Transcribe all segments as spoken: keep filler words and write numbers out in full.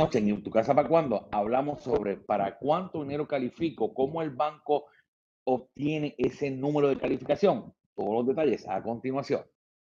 noche en Tu Casa para Cuándo hablamos sobre para cuánto dinero califico, cómo el banco obtiene ese número de calificación. Todos los detalles a continuación.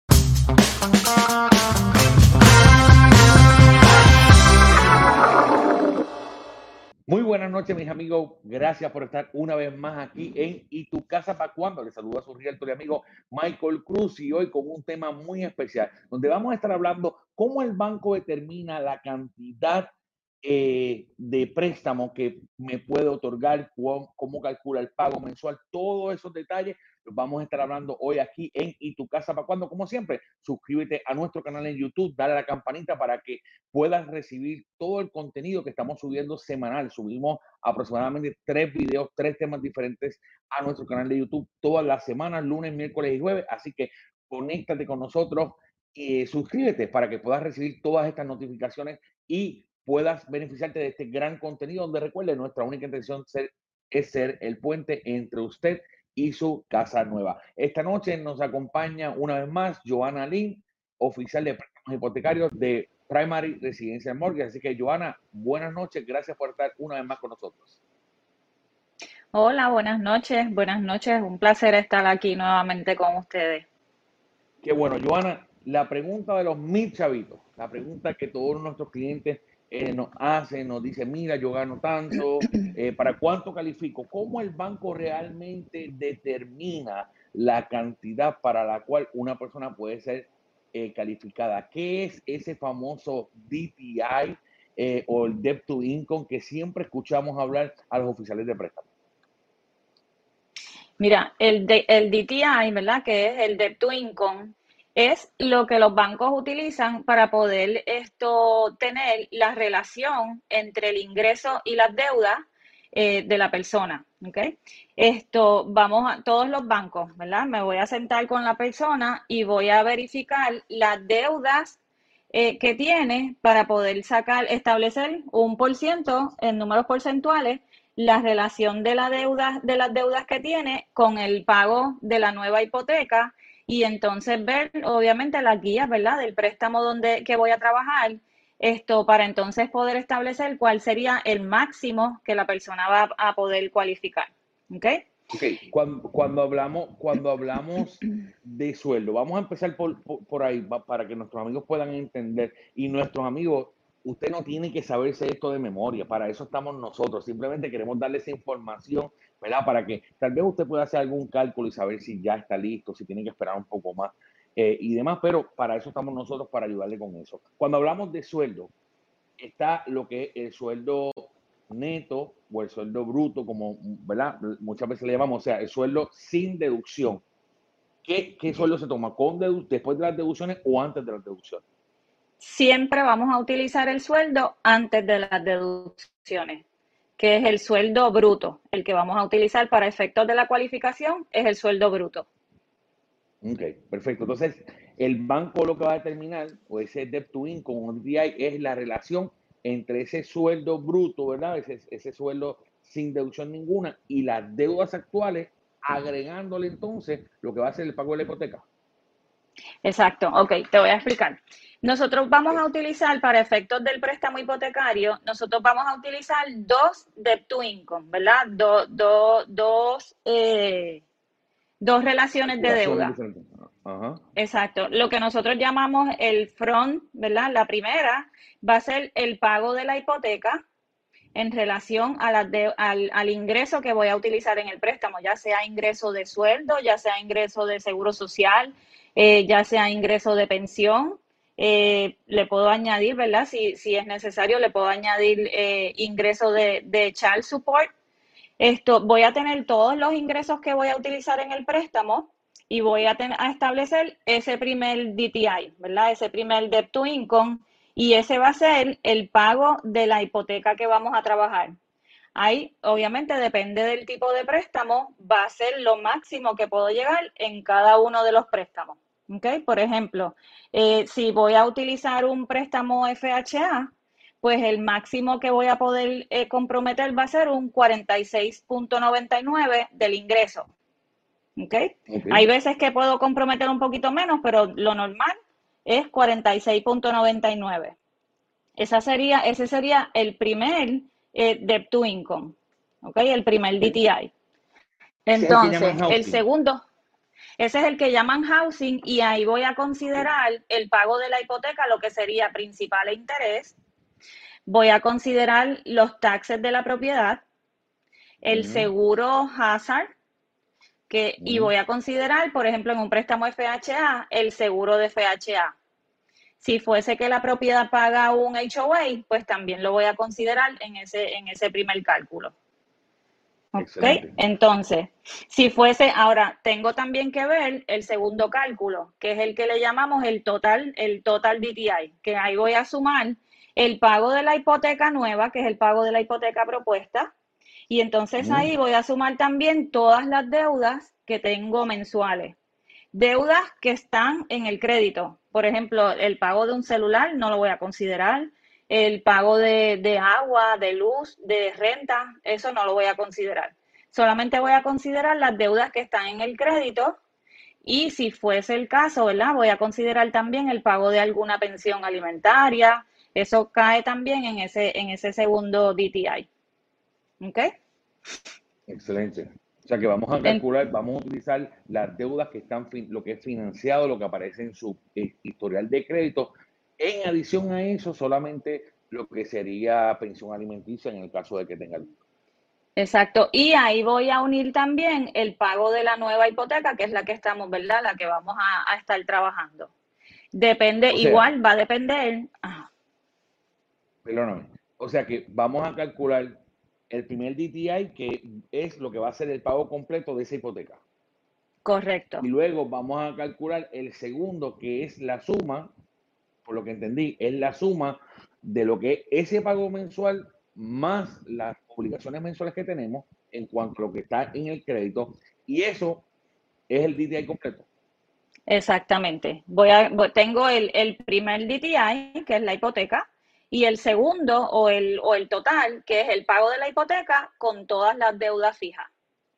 Muy buenas noches, mis amigos. Gracias por estar una vez más aquí en ¿Y tu casa para cuándo? Les saluda a su realtor y amigo Michael Cruz y hoy con un tema muy especial, donde vamos a estar hablando cómo el banco determina la cantidad eh, de préstamo que me puede otorgar, cómo, cómo calcula el pago mensual, todos esos detalles los vamos a estar hablando hoy aquí en ¿Y tu casa para cuándo? Como siempre, suscríbete a nuestro canal en YouTube, dale a la campanita para que puedas recibir todo el contenido que estamos subiendo semanal. Subimos aproximadamente tres videos, tres temas diferentes a nuestro canal de YouTube todas las semanas, lunes, miércoles y jueves. Así que conéctate con nosotros y suscríbete para que puedas recibir todas estas notificaciones y puedas beneficiarte de este gran contenido donde recuerde nuestra única intención ser, es ser el puente entre usted y su casa nueva. Esta noche nos acompaña una vez más Joana Lin, oficial de préstamos hipotecarios de Primary Residential Mortgage. Así que, Joana, buenas noches. Gracias por estar una vez más con nosotros. Hola, buenas noches. Buenas noches. Un placer estar aquí nuevamente con ustedes. Qué bueno, Joana. La pregunta de los mil chavitos, la pregunta que todos nuestros clientes eh, nos hacen, nos dicen, mira, yo gano tanto, eh, ¿para cuánto califico? ¿Cómo el banco realmente determina la cantidad para la cual una persona puede ser eh, calificada? ¿Qué es ese famoso D T I eh, o el Debt to Income que siempre escuchamos hablar a los oficiales de préstamo? Mira, el, de, el D T I, ¿verdad? Que es el Debt to Income, es lo que los bancos utilizan para poder esto tener la relación entre el ingreso y las deudas eh, de la persona, ¿ok? Esto, vamos a todos los bancos, ¿verdad? Me voy a sentar con la persona y voy a verificar las deudas eh, que tiene para poder sacar, establecer un por ciento en números porcentuales, la relación de la deuda, de las deudas que tiene con el pago de la nueva hipoteca y entonces ver, obviamente, las guías, ¿verdad?, del préstamo donde que voy a trabajar, esto para entonces poder establecer cuál sería el máximo que la persona va a poder cualificar, ¿ok? Ok, cuando, cuando, hablamos, cuando hablamos de sueldo, vamos a empezar por, por, por ahí pa- para que nuestros amigos puedan entender. Y nuestros amigos, usted no tiene que saberse esto de memoria, para eso estamos nosotros. Simplemente queremos darle esa información, ¿verdad? Para que tal vez usted pueda hacer algún cálculo y saber si ya está listo, si tiene que esperar un poco más eh, y demás, pero para eso estamos nosotros, para ayudarle con eso. Cuando hablamos de sueldo, está lo que es el sueldo neto o el sueldo bruto, como, ¿verdad? Muchas veces le llamamos, o sea, el sueldo sin deducción. ¿Qué, qué sueldo se toma? ¿Con dedu después de las deducciones o antes de las deducciones? Siempre vamos a utilizar el sueldo antes de las deducciones, que es el sueldo bruto. El que vamos a utilizar para efectos de la cualificación es el sueldo bruto. Ok, perfecto. Entonces, el banco lo que va a determinar, o ese debt to income, como D T I, es la relación entre ese sueldo bruto, ¿verdad? Ese, ese sueldo sin deducción ninguna y las deudas actuales, agregándole entonces lo que va a ser el pago de la hipoteca. Exacto, ok, te voy a explicar. Nosotros vamos a Ok. utilizar para efectos del préstamo hipotecario, nosotros vamos a utilizar dos debt to income, ¿verdad? Do, do, dos, eh, dos relaciones de Calculaciones deuda. diferentes. Ajá. Exacto. Lo que nosotros llamamos el front, ¿verdad? La primera va a ser el pago de la hipoteca en relación a la de, al, al ingreso que voy a utilizar en el préstamo, ya sea ingreso de sueldo, ya sea ingreso de seguro social, eh, ya sea ingreso de pensión. Eh, le puedo añadir, ¿verdad? Si, si es necesario, le puedo añadir eh, ingreso de, de child support. Esto, voy a tener todos los ingresos que voy a utilizar en el préstamo y voy a, ten, a establecer ese primer D T I, ¿verdad? Ese primer Debt to Income, y ese va a ser el pago de la hipoteca que vamos a trabajar. Ahí, obviamente, depende del tipo de préstamo, va a ser lo máximo que puedo llegar en cada uno de los préstamos. ¿Okay? Por ejemplo, eh, si voy a utilizar un préstamo F H A, pues el máximo que voy a poder eh, comprometer va a ser un cuarenta y seis punto noventa y nueve del ingreso. ¿Okay? Ok. Hay veces que puedo comprometer un poquito menos, pero lo normal es cuarenta y seis punto noventa y nueve. Esa sería, ese sería el primer eh, debt to income, ¿ok? El primer D T I. Ese es el que llaman Entonces, el housing. segundo, ese es el que llaman housing y ahí voy a considerar el pago de la hipoteca, lo que sería principal e interés. Voy a considerar los taxes de la propiedad, el Ujú, seguro hazard, que, y ujú. voy a considerar, por ejemplo, en un préstamo F H A, el seguro de F H A. Si fuese que la propiedad paga un H O A, pues también lo voy a considerar en ese, en ese primer cálculo. ¿Ok? Excelente. Entonces, si fuese, ahora tengo también que ver el segundo cálculo, que es el que le llamamos el total, el total D T I, que ahí voy a sumar el pago de la hipoteca nueva, que es el pago de la hipoteca propuesta, y entonces Ujú, ahí voy a sumar también todas las deudas que tengo mensuales. Deudas que están en el crédito. Por ejemplo, el pago de un celular no lo voy a considerar. El pago de, de agua, de luz, de renta, eso no lo voy a considerar. Solamente voy a considerar las deudas que están en el crédito y si fuese el caso, ¿verdad? Voy a considerar también el pago de alguna pensión alimentaria. Eso cae también en ese, en ese segundo D T I. ¿Ok? excelente. O sea que vamos a En, calcular, vamos a utilizar las deudas que están, lo que es financiado, lo que aparece en su eh, historial de crédito. En adición a eso, solamente lo que sería pensión alimenticia en el caso de que tenga. Exacto. Y ahí voy a unir también el pago de la nueva hipoteca, que es la que estamos, ¿verdad? La que vamos a, a estar trabajando. Depende, O sea, igual va a depender. Ah, perdóname. O sea que vamos a calcular el primer D T I, que es lo que va a ser el pago completo de esa hipoteca. Y correcto. luego vamos a calcular el segundo, que es la suma, por lo que entendí, es la suma de lo que es ese pago mensual más las obligaciones mensuales que tenemos en cuanto a lo que está en el crédito. Y eso es el D T I completo. Exactamente. Voy a, tengo el, el primer D T I, que es la hipoteca, y el segundo o el, o el total, que es el pago de la hipoteca con todas las deudas fijas.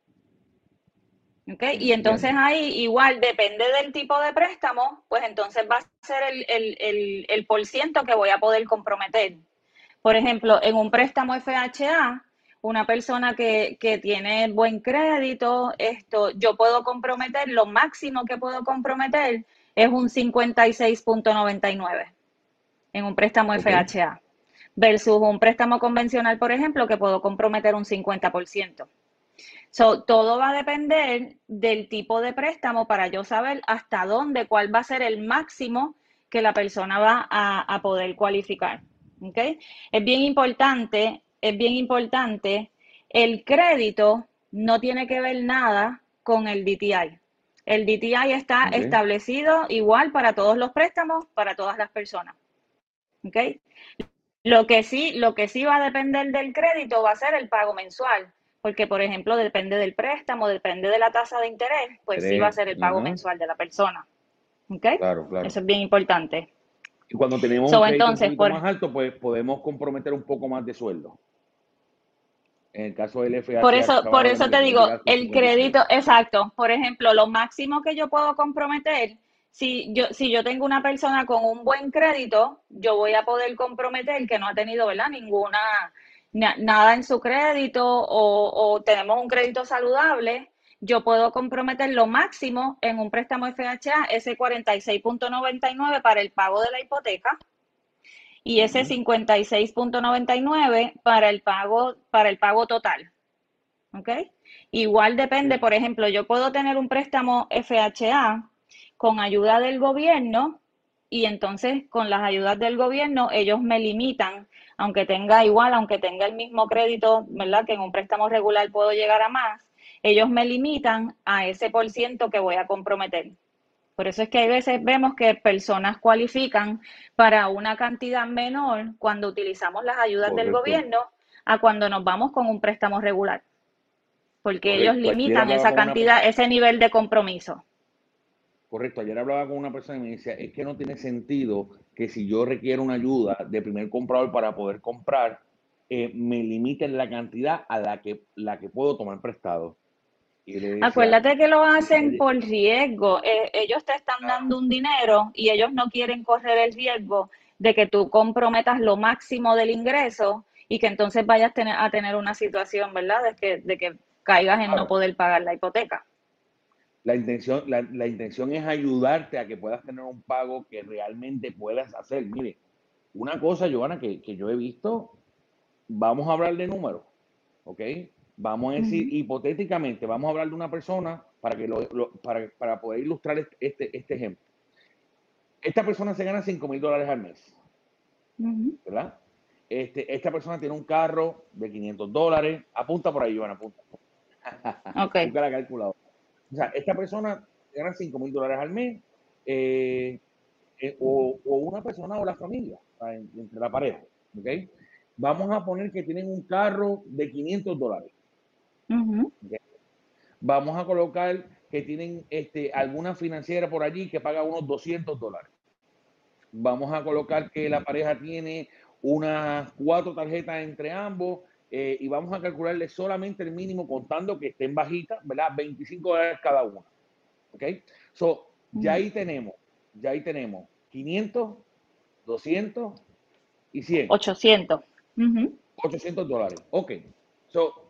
¿Okay? Y entonces Entiendo. ahí igual depende del tipo de préstamo, pues entonces va a ser el, el, el, el por ciento que voy a poder comprometer. Por ejemplo, en un préstamo F H A, una persona que, que tiene buen crédito, esto, yo puedo comprometer, lo máximo que puedo comprometer es un cincuenta y seis punto noventa y nueve en un préstamo Ok. F H A, versus un préstamo convencional, por ejemplo, que puedo comprometer un cincuenta por ciento. So, todo va a depender del tipo de préstamo para yo saber hasta dónde, cuál va a ser el máximo que la persona va a, a poder cualificar. ¿Okay? Es bien importante, es bien importante, el crédito no tiene que ver nada con el D T I. El D T I está Ok. establecido igual para todos los préstamos, para todas las personas. ¿Okay? Lo que sí, lo que sí va a depender del crédito va a ser el pago mensual, porque por ejemplo depende del préstamo, depende de la tasa de interés, pues sí va a Tres. ser el pago Ajá. mensual de la persona. ¿Ok? Claro, claro. Eso es bien importante. Y cuando tenemos un So, crédito un entonces, poquito por, más alto, pues podemos comprometer un poco más de sueldo. En el caso del por F H A que eso, estaba por hablando eso que te puede digo, llegar hasta un el cincuenta y seis. crédito, exacto. Por ejemplo, lo máximo que yo puedo comprometer, si yo, si yo tengo una persona con un buen crédito, yo voy a poder comprometer que no ha tenido, ¿verdad? Ninguna, na, nada en su crédito o, o tenemos un crédito saludable, yo puedo comprometer lo máximo en un préstamo F H A, ese cuarenta y seis punto noventa y nueve para el pago de la hipoteca y ese Ujú. cincuenta y seis punto noventa y nueve para el pago, para el pago total. ¿Ok? Igual depende, por ejemplo, yo puedo tener un préstamo F H A con ayuda del gobierno y entonces con las ayudas del gobierno ellos me limitan, aunque tenga igual, aunque tenga el mismo crédito, ¿verdad? Que en un préstamo regular puedo llegar a más, ellos me limitan a ese por ciento que voy a comprometer. Por eso es que hay veces vemos que personas cualifican para una cantidad menor cuando utilizamos las ayudas del Correcto, gobierno a cuando nos vamos con un préstamo regular porque ellos correcto. Ayer limitan hablaba esa con una cantidad, persona, ese nivel de compromiso. correcto, ayer hablaba con una persona y me decía, es que no tiene sentido que si yo requiero una ayuda de primer comprador para poder comprar, eh, me limiten la cantidad a la que, la que puedo tomar prestado. Y le decía, Acuérdate que lo hacen nadie, por riesgo. Eh, ellos te están dando un dinero y ellos no quieren correr el riesgo de que tú comprometas lo máximo del ingreso y que entonces vayas tener, a tener una situación, ¿verdad? De que, de que caigas en Claro. no poder pagar la hipoteca. La intención, la, la intención es ayudarte a que puedas tener un pago que realmente puedas hacer. Mire, una cosa, Johanna, que, que yo he visto, vamos a hablar de números, ¿ok? Vamos a decir, uh-huh. hipotéticamente, vamos a hablar de una persona para, que lo, lo, para, para poder ilustrar este, este ejemplo. Esta persona se gana cinco mil dólares al mes, uh-huh. ¿verdad? Este, esta persona tiene un carro de quinientos dólares. Apunta por ahí, Johanna, apunta. Okay. Busca la calculadora. O sea, esta persona gana cinco mil dólares al mes, eh, eh, o, o una persona o la familia, entre la pareja, ¿ok? Vamos a poner que tienen un carro de quinientos dólares. Uh-huh. ¿Okay? Vamos a colocar que tienen este, alguna financiera por allí que paga unos doscientos dólares. Vamos a colocar que la pareja tiene unas cuatro tarjetas entre ambos, eh, y vamos a calcularle solamente el mínimo, contando que estén bajitas, ¿verdad? veinticinco dólares cada una. ¿Ok? So, ya ahí tenemos, ya ahí tenemos quinientos, doscientos y cien. ochocientos. Uh-huh. ochocientos dólares. Ok. So,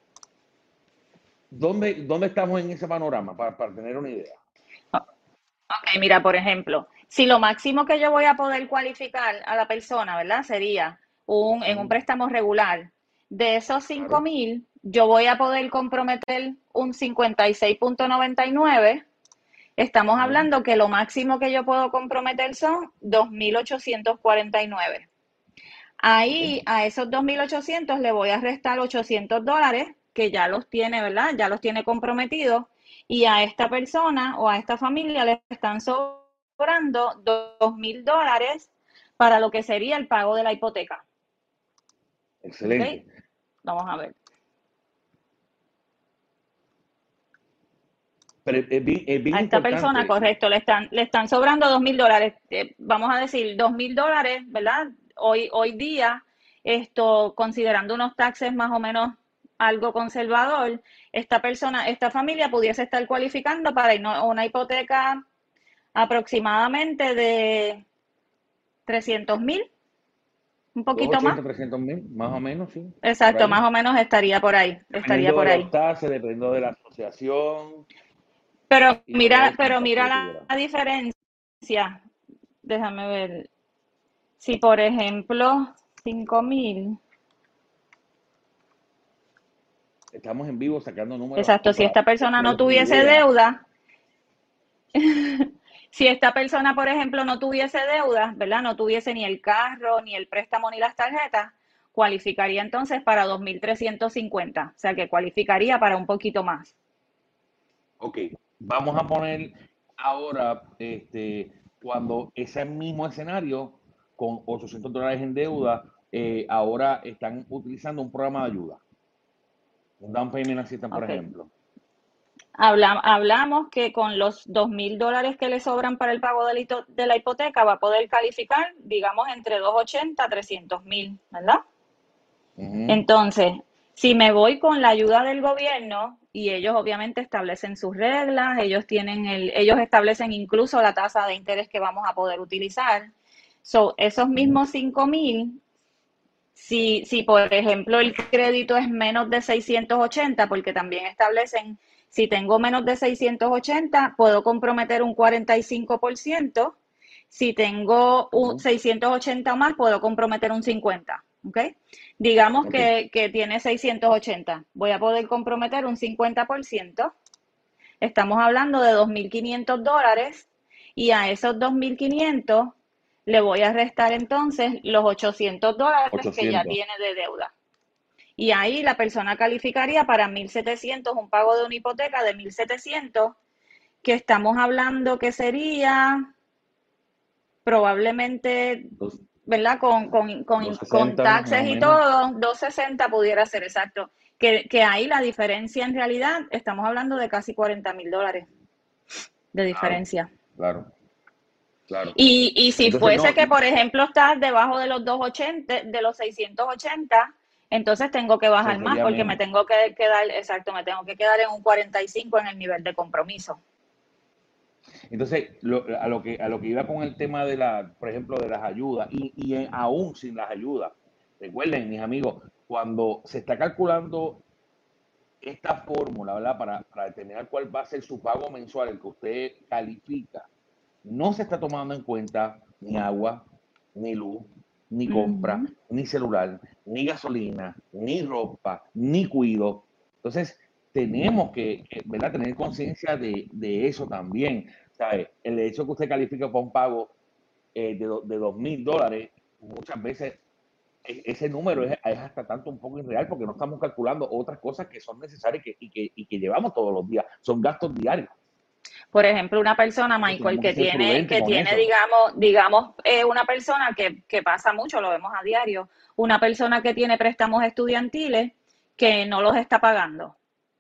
¿dónde, ¿dónde estamos en ese panorama para, para tener una idea? Ok, mira, por ejemplo, si lo máximo que yo voy a poder cualificar a la persona, ¿verdad? Sería un, en un préstamo regular. De esos cinco mil, yo voy a poder comprometer un cincuenta y seis punto noventa y nueve. Estamos hablando que lo máximo que yo puedo comprometer son dos mil ochocientos cuarenta y nueve. Ahí, a esos dos mil ochocientos le voy a restar ochocientos dólares, que ya los tiene, ¿verdad? Ya los tiene comprometidos. Y a esta persona o a esta familia le están sobrando dos mil dólares para lo que sería el pago de la hipoteca. Excelente. ¿Okay? Vamos a ver. Pero es bien, es bien a esta importante. persona, correcto, le están, le están sobrando dos mil dólares. Eh, vamos a decir, dos mil dólares, ¿verdad? Hoy, hoy día, esto, considerando unos taxes más o menos algo conservador, esta persona, esta familia pudiese estar cualificando para una hipoteca aproximadamente de trescientos mil, un poquito ochenta, más. trescientos mil, más o menos, sí. Exacto, más o menos estaría por ahí, estaría por de ahí. Los taxes, dependiendo de la asociación. Pero mira, pero mira la, la diferencia. Déjame ver. Si, por ejemplo, cinco mil. Estamos en vivo sacando números. Exacto, si esta persona no tuviese deuda, si esta persona, por ejemplo, no tuviese deuda, ¿verdad? No tuviese ni el carro, ni el préstamo, ni las tarjetas, cualificaría entonces para dos mil trescientos cincuenta. O sea, que cualificaría para un poquito más. Ok, vamos a poner ahora, este, cuando ese mismo escenario, con ochocientos dólares en deuda, eh, ahora están utilizando un programa de ayuda. Un down payment assistance, por okay. ejemplo. Habla, hablamos que con los dos mil dólares que le sobran para el pago de la, de la hipoteca va a poder calificar, digamos, entre doscientos ochenta a trescientos mil, ¿verdad? Uh-huh. Entonces, si me voy con la ayuda del gobierno, y ellos obviamente establecen sus reglas, ellos tienen el, ellos establecen incluso la tasa de interés que vamos a poder utilizar. So, esos mismos cinco mil, si, si por ejemplo el crédito es menos de seiscientos ochenta, porque también establecen, si tengo menos de seiscientos ochenta, puedo comprometer un cuarenta y cinco por ciento. Si tengo un seiscientos ochenta más, puedo comprometer un cincuenta por ciento. ¿Okay? Digamos okay. Que, que tiene seiscientos ochenta. Voy a poder comprometer un cincuenta por ciento. Estamos hablando de dos mil quinientos dólares. Y a esos dos mil quinientos le voy a restar entonces los ochocientos dólares ochocientos. Que ya tiene de deuda. Y ahí la persona calificaría para mil setecientos, un pago de una hipoteca de mil setecientos, que estamos hablando que sería probablemente, ¿verdad? Con, con, con, con taxes y todo, doscientos sesenta pudiera ser, exacto. Que, que ahí la diferencia en realidad, estamos hablando de casi cuarenta mil dólares de diferencia. Claro, claro. Claro. Y, y si entonces, fuese no, que, por ejemplo, estás debajo de los doscientos ochenta, de los seiscientos ochenta, entonces tengo que bajar más porque menos. me tengo que quedar, exacto, me tengo que quedar en un cuarenta y cinco en el nivel de compromiso. Entonces, lo, a, lo que, a lo que iba con el tema de la, por ejemplo, de las ayudas, y, y en, aún sin las ayudas, recuerden, mis amigos, cuando se está calculando esta fórmula, ¿verdad? Para, para determinar cuál va a ser su pago mensual, el que usted califica, no se está tomando en cuenta ni agua, ni luz, ni compra, Ujú. ni celular, ni gasolina, ni ropa, ni cuido. Entonces, tenemos que, que ¿verdad? Tener conciencia de, de eso también. ¿Sabe? El hecho que usted califica para un pago eh, de, de dos mil dólares, muchas veces e- ese número es, es hasta tanto un poco irreal porque no estamos calculando otras cosas que son necesarias y que, y que, y que llevamos todos los días. Son gastos diarios. Por ejemplo, una persona, Entonces, Michael, tenemos que que ser tiene, prudentes que con tiene, eso. digamos, digamos, eh, una persona que, que pasa mucho, lo vemos a diario, una persona que tiene préstamos estudiantiles que no los está pagando.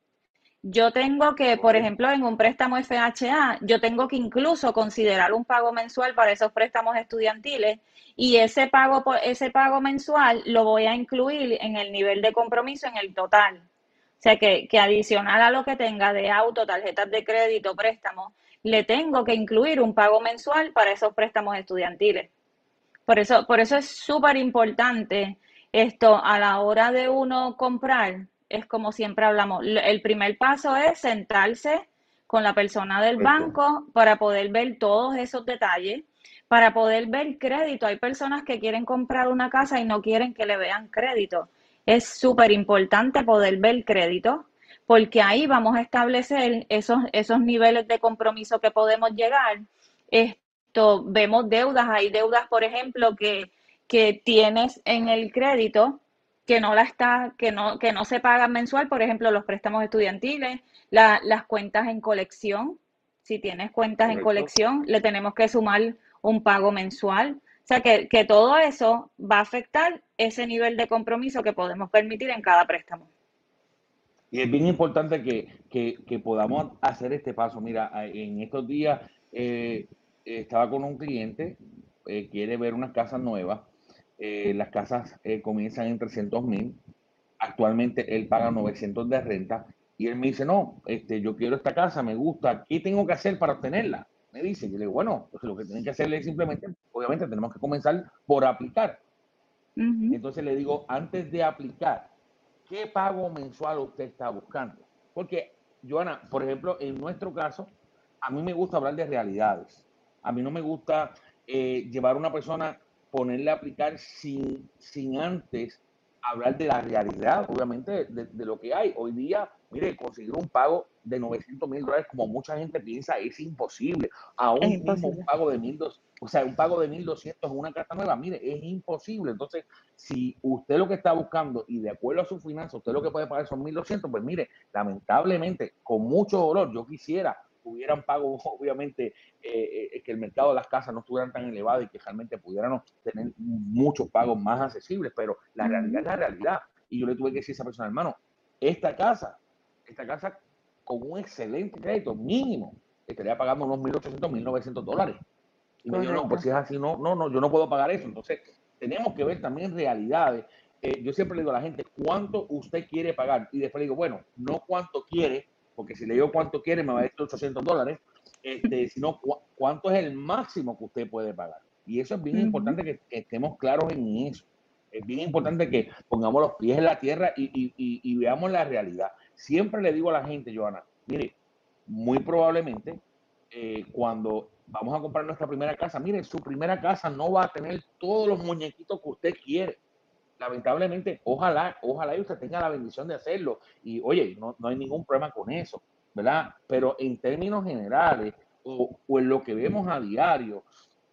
Yo tengo que, por Correcto. ejemplo, en un préstamo F H A, yo tengo que incluso considerar un pago mensual para esos préstamos estudiantiles y ese pago, ese pago mensual lo voy a incluir en el nivel de compromiso en el total. O sea que, que adicional a lo que tenga de auto, tarjetas de crédito, préstamos, le tengo que incluir un pago mensual para esos préstamos estudiantiles. Por eso, por eso es súper importante esto a la hora de uno comprar. Es como siempre hablamos. El primer paso es sentarse con la persona del Correcto. banco para poder ver todos esos detalles, para poder ver crédito. Hay personas que quieren comprar una casa y no quieren que le vean crédito. Es súper importante poder ver crédito, porque ahí vamos a establecer esos, esos niveles de compromiso que podemos llegar. Esto, vemos deudas, hay deudas, por ejemplo, que, que tienes en el crédito que no la está, que no, que no se pagan mensual, por ejemplo, los préstamos estudiantiles, la, las cuentas en colección. Si tienes cuentas en Correcto. colección, le tenemos que sumar un pago mensual. O sea que, que todo eso va a afectar ese nivel de compromiso que podemos permitir en cada préstamo. Y es bien importante que, que, que podamos hacer este paso. Mira, en estos días eh, estaba con un cliente, eh, quiere ver unas casas nuevas. Eh, las casas eh, comienzan en trescientos mil. Actualmente él paga novecientos de renta. Y él me dice, no, este, yo quiero esta casa, me gusta. ¿Qué tengo que hacer para obtenerla? Me dice, yo le digo, bueno, pues lo que tienen que hacer es simplemente, obviamente tenemos que comenzar por aplicar. Uh -huh. Entonces le digo, antes de aplicar, ¿qué pago mensual usted está buscando? Porque, Joana, por ejemplo, en nuestro caso, a mí me gusta hablar de realidades. A mí no me gusta eh, llevar a una persona, ponerle a aplicar sin, sin antes hablar de la realidad, obviamente, de, de lo que hay. Hoy día, mire, conseguir un pago de novecientos mil dólares, como mucha gente piensa, es imposible. Es Aún mismo un imposible. pago de mil doscientos, o sea, un pago de mil doscientos en una casa nueva, mire, es imposible. Entonces, si usted lo que está buscando y de acuerdo a su finanzas, usted lo que puede pagar son mil doscientos, pues mire, lamentablemente, con mucho dolor, yo quisiera que hubieran pago, obviamente, eh, eh, que el mercado de las casas no estuvieran tan elevado y que realmente pudiéramos tener muchos pagos más accesibles, pero la Uh realidad -huh. es la realidad. Y yo le tuve que decir a esa persona, hermano, esta casa, esta casa con un excelente crédito mínimo, estaría pagando unos mil ochocientos, mil novecientos dólares. Y me dijo, no, pues Correcto. si es así, no, no, no, yo no puedo pagar eso. Entonces, tenemos que ver también realidades. Eh, yo siempre le digo a la gente, ¿cuánto usted quiere pagar? Y después le digo, bueno, no cuánto quiere, porque si le digo cuánto quiere, me va a decir ochocientos dólares, este, sino cu cuánto es el máximo que usted puede pagar. Y eso es bien Uh -huh. importante que, que estemos claros en eso. Es bien importante que pongamos los pies en la tierra y, y, y, y veamos la realidad. Siempre le digo a la gente, Joana, mire, muy probablemente eh, cuando vamos a comprar nuestra primera casa, mire, su primera casa no va a tener todos los muñequitos que usted quiere. Lamentablemente, ojalá, ojalá y usted tenga la bendición de hacerlo. Y oye, no, no hay ningún problema con eso, ¿verdad? Pero en términos generales, o, o en lo que vemos a diario,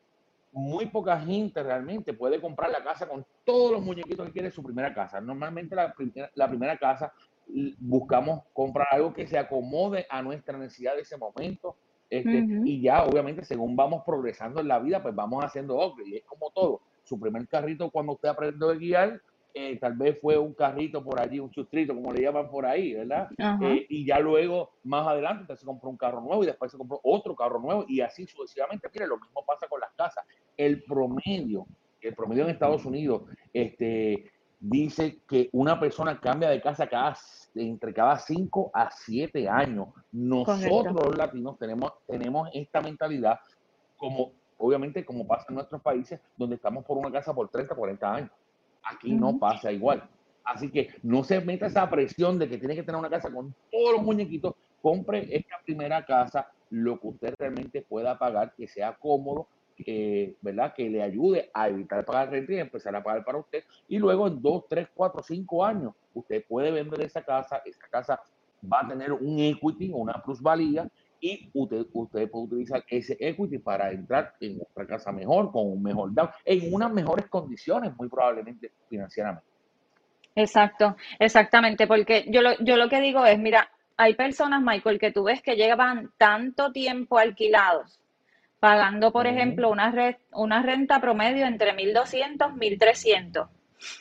muy poca gente realmente puede comprar la casa con todos los muñequitos que quiere su primera casa. Normalmente la primera, la primera casa buscamos comprar algo que se acomode a nuestra necesidad de ese momento. Uh Este, -huh. y ya, obviamente, según vamos progresando en la vida, pues vamos haciendo upgrade. Y es como todo. Su primer carrito, cuando usted aprendió a guiar, eh, tal vez fue un carrito por allí, un chustrito, como le llaman por ahí, ¿verdad? Uh -huh. Eh, y ya luego, más adelante, usted se compró un carro nuevo y después se compró otro carro nuevo y así sucesivamente. Mire, lo mismo pasa con las casas. El promedio, el promedio en Estados Unidos, este, dice que una persona cambia de casa cada, entre cada cinco a siete años. Nosotros Correcto. los latinos tenemos, tenemos esta mentalidad, como obviamente como pasa en nuestros países, donde estamos por una casa por treinta, cuarenta años. Aquí no Ujú. pasa igual. Así que no se meta esa presión de que tiene que tener una casa con todos los muñequitos. Compre esta primera casa, lo que usted realmente pueda pagar, que sea cómodo, que, ¿verdad? Que le ayude a evitar pagar renta y empezar a pagar para usted. Y luego en dos, tres, cuatro, cinco años, usted puede vender esa casa. Esa casa va a tener un equity o una plusvalía y usted, usted puede utilizar ese equity para entrar en otra casa mejor, con un mejor down, en unas mejores condiciones, muy probablemente financieramente. Exacto, exactamente, porque yo lo, yo lo que digo es, mira, hay personas, Michael, que tú ves que llevan tanto tiempo alquilados, pagando, por Uh-huh. ejemplo, una, re, una renta promedio entre mil doscientos, mil trescientos.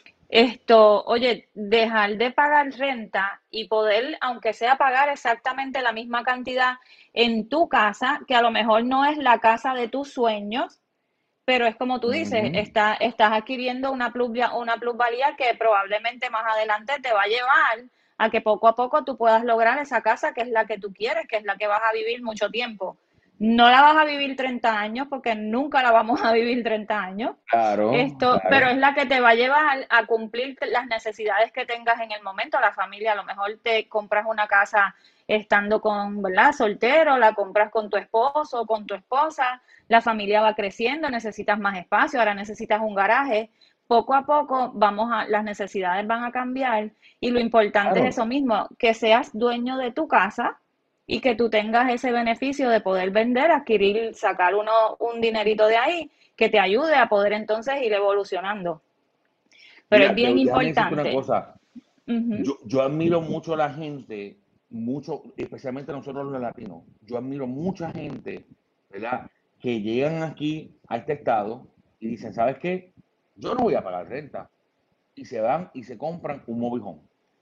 Esto, oye, dejar de pagar renta y poder, aunque sea pagar exactamente la misma cantidad en tu casa, que a lo mejor no es la casa de tus sueños, pero es como tú dices, Uh-huh. está, estás adquiriendo una, plus, una plusvalía que probablemente más adelante te va a llevar a que poco a poco tú puedas lograr esa casa que es la que tú quieres, que es la que vas a vivir mucho tiempo. No la vas a vivir treinta años porque nunca la vamos a vivir treinta años. Claro, Esto, claro. pero es la que te va a llevar a cumplir las necesidades que tengas en el momento. La familia, a lo mejor te compras una casa estando con, ¿verdad? Soltero, la compras con tu esposo, con tu esposa, la familia va creciendo, necesitas más espacio, ahora necesitas un garaje. Poco a poco vamos a, las necesidades van a cambiar y lo importante es Claro. eso mismo, que seas dueño de tu casa y que tú tengas ese beneficio de poder vender, adquirir, sacar uno, un dinerito de ahí que te ayude a poder entonces ir evolucionando. Pero es Mira, bien déjame decirte una importante. cosa. Uh-huh. Yo, yo admiro mucho a la gente, mucho, especialmente nosotros los latinos. Yo admiro mucha gente, ¿verdad? Que llegan aquí a este estado y dicen, ¿sabes qué? Yo no voy a pagar renta. Y se van y se compran un mobile home.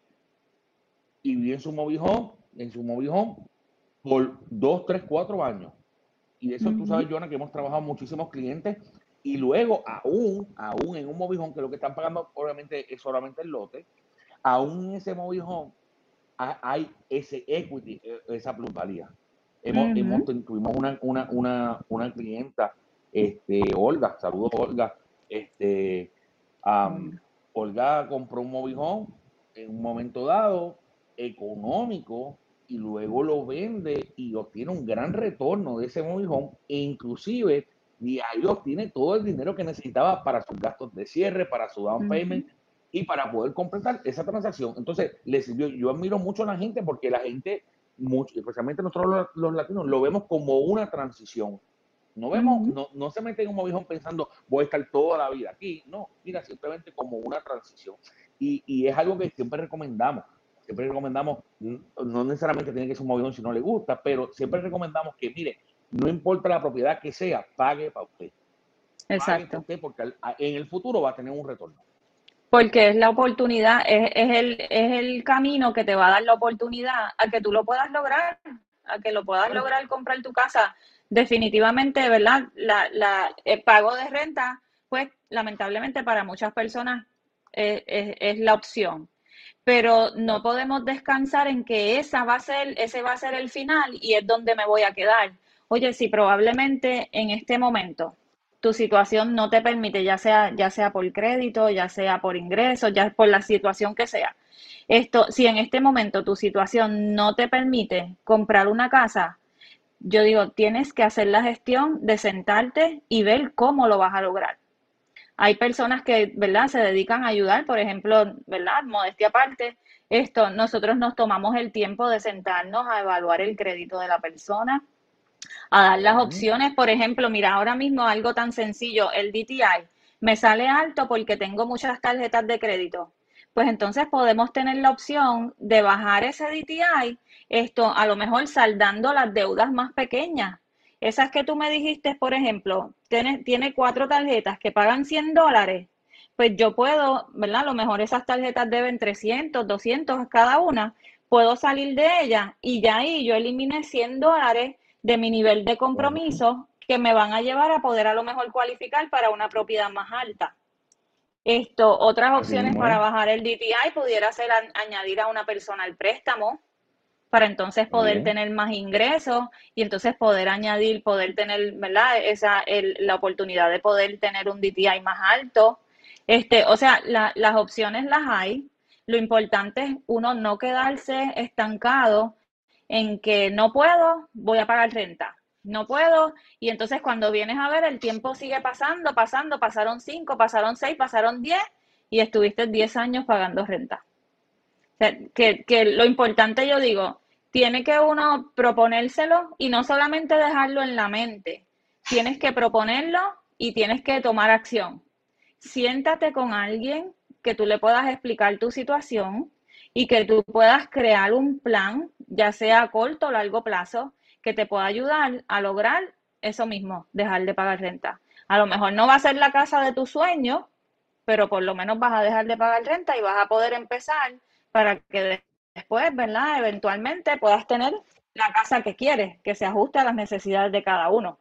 Y viven su mobile home, en su mobile home, por dos, tres, cuatro años. Y de eso tú Uh-huh. sabes, Jonah, que hemos trabajado muchísimos clientes y luego aún, aún en un mobile home, que lo que están pagando obviamente es solamente el lote, aún en ese mobile home hay ese equity, esa plusvalía. Hemos, hemos, Uh-huh. tuvimos una, una, una, una clienta, este, Olga, saludos Olga, este, um, Olga. Olga compró un mobile home en un momento dado, económico, y luego lo vende y obtiene un gran retorno de ese mobile home, e inclusive y ahí obtiene todo el dinero que necesitaba para sus gastos de cierre, para su down Uh-huh. payment y para poder completar esa transacción. Entonces, le sirvió. Yo admiro mucho a la gente porque la gente, mucho, especialmente nosotros los, los latinos, lo vemos como una transición. No vemos, Uh-huh. no, no se mete en un movijón pensando voy a estar toda la vida aquí. No, mira, simplemente como una transición. Y, y es algo que siempre recomendamos. Siempre recomendamos, no necesariamente tiene que ser un movijón si no le gusta, pero siempre recomendamos que, mire, no importa la propiedad que sea, pague para usted. Pague para Exacto. usted porque en el futuro va a tener un retorno. Porque es la oportunidad, es, es, el, es el camino que te va a dar la oportunidad a que tú lo puedas lograr, a que lo puedas Claro. lograr comprar tu casa. Definitivamente, ¿verdad? La, la, el pago de renta, pues lamentablemente para muchas personas eh, es, es la opción. Pero no Claro. podemos descansar en que esa va a ser, ese va a ser el final y es donde me voy a quedar. Oye, si probablemente en este momento tu situación no te permite, ya sea, ya sea por crédito, ya sea por ingresos, ya por la situación que sea. Esto, si en este momento tu situación no te permite comprar una casa, yo digo, tienes que hacer la gestión de sentarte y ver cómo lo vas a lograr. Hay personas que, ¿verdad?, se dedican a ayudar, por ejemplo, ¿verdad?, modestia aparte, esto, nosotros nos tomamos el tiempo de sentarnos a evaluar el crédito de la persona, a dar las Uh-huh. opciones. Por ejemplo, mira, ahora mismo algo tan sencillo, el D T I, me sale alto porque tengo muchas tarjetas de crédito. Pues entonces podemos tener la opción de bajar ese D T I, esto a lo mejor saldando las deudas más pequeñas. Esas que tú me dijiste, por ejemplo, tiene, tiene cuatro tarjetas que pagan cien dólares, pues yo puedo, ¿verdad? A lo mejor esas tarjetas deben trescientos, doscientos cada una, puedo salir de ellas y ya ahí yo eliminé cien dólares de mi nivel de Uh-huh. compromiso que me van a llevar a poder a lo mejor cualificar para una propiedad más alta. Esto, otras Así opciones mismo para es. bajar el D T I pudiera ser a- añadir a una persona al préstamo para entonces poder También. tener más ingresos y entonces poder añadir, poder tener, ¿verdad? Esa, el, la oportunidad de poder tener un D T I más alto. Este, o sea, la, las opciones las hay. Lo importante es uno no quedarse estancado en que no puedo, voy a pagar renta. No puedo, y entonces cuando vienes a ver, el tiempo sigue pasando, pasando, pasaron cinco, pasaron seis, pasaron diez, y estuviste diez años pagando renta. O sea, que, que lo importante, yo digo, tiene que uno proponérselo y no solamente dejarlo en la mente, tienes que proponerlo y tienes que tomar acción. Siéntate con alguien que tú le puedas explicar tu situación y que tú puedas crear un plan, ya sea a corto o largo plazo, que te pueda ayudar a lograr eso mismo, dejar de pagar renta. A lo mejor no va a ser la casa de tus sueños, pero por lo menos vas a dejar de pagar renta y vas a poder empezar para que después, ¿verdad? Eventualmente puedas tener la casa que quieres, que se ajuste a las necesidades de cada uno.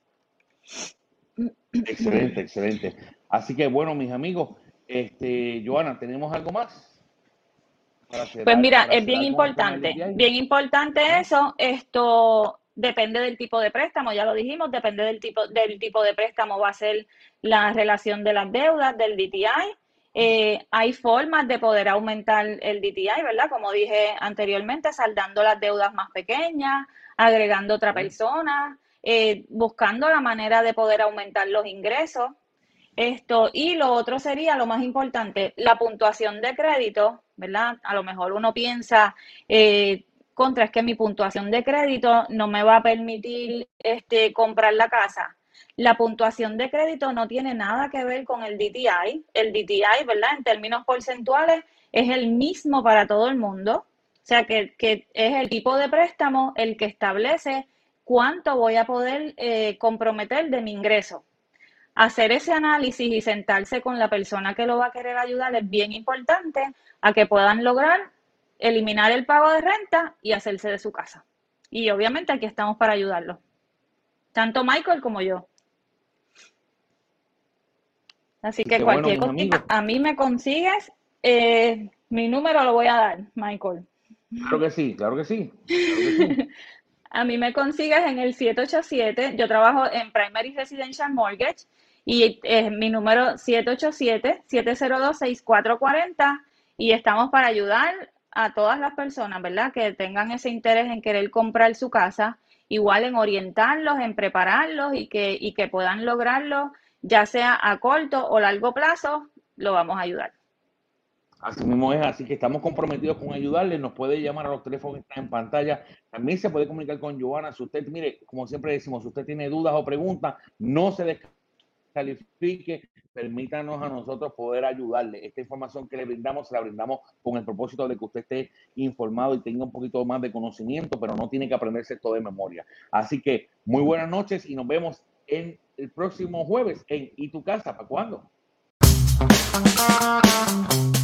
Excelente, excelente. Así que bueno, mis amigos, este, Johanna, ¿tenemos algo más para cerrar, Pues mira, para es bien cerrar con el tema del importante, D T I? bien importante Ajá. eso. Esto depende del tipo de préstamo, ya lo dijimos, depende del tipo, del tipo de préstamo, va a ser la relación de las deudas, del D T I. Eh, hay formas de poder aumentar el D T I, ¿verdad? Como dije anteriormente, saldando las deudas más pequeñas, agregando otra persona, eh, buscando la manera de poder aumentar los ingresos. Esto, y lo otro sería lo más importante, la puntuación de crédito, ¿verdad? A lo mejor uno piensa, eh, contra, es que mi puntuación de crédito no me va a permitir este, comprar la casa. La puntuación de crédito no tiene nada que ver con el D T I. El D T I, ¿verdad? En términos porcentuales, es el mismo para todo el mundo. O sea, que, que es el tipo de préstamo el que establece cuánto voy a poder eh, comprometer de mi ingreso. Hacer ese análisis y sentarse con la persona que lo va a querer ayudar es bien importante a que puedan lograr eliminar el pago de renta y hacerse de su casa. Y obviamente aquí estamos para ayudarlo, tanto Michael como yo. Así Así que que bueno, cualquier mis amigos, cosita, a mí me consigues, eh, mi número lo voy a dar, Michael. claro que sí, claro que sí, claro que sí. A mí me consigues en el siete ocho siete, yo trabajo en Primary Residential Mortgage y es mi número siete ocho siete, siete cero dos, seis cuatro cuatro cero y estamos para ayudar a todas las personas, ¿verdad? Que tengan ese interés en querer comprar su casa, igual en orientarlos, en prepararlos y que, y que puedan lograrlo, ya sea a corto o largo plazo, lo vamos a ayudar. Así mismo es, así que estamos comprometidos con ayudarles. Nos puede llamar a los teléfonos que están en pantalla. También se puede comunicar con Johanna. Si usted, mire, como siempre decimos, si usted tiene dudas o preguntas, no se descalifique. Permítanos a nosotros poder ayudarle. Esta información que le brindamos, se la brindamos con el propósito de que usted esté informado y tenga un poquito más de conocimiento, pero no tiene que aprenderse esto de memoria. Así que muy buenas noches y nos vemos en el próximo jueves en ¿Y tu casa? ¿Para cuándo?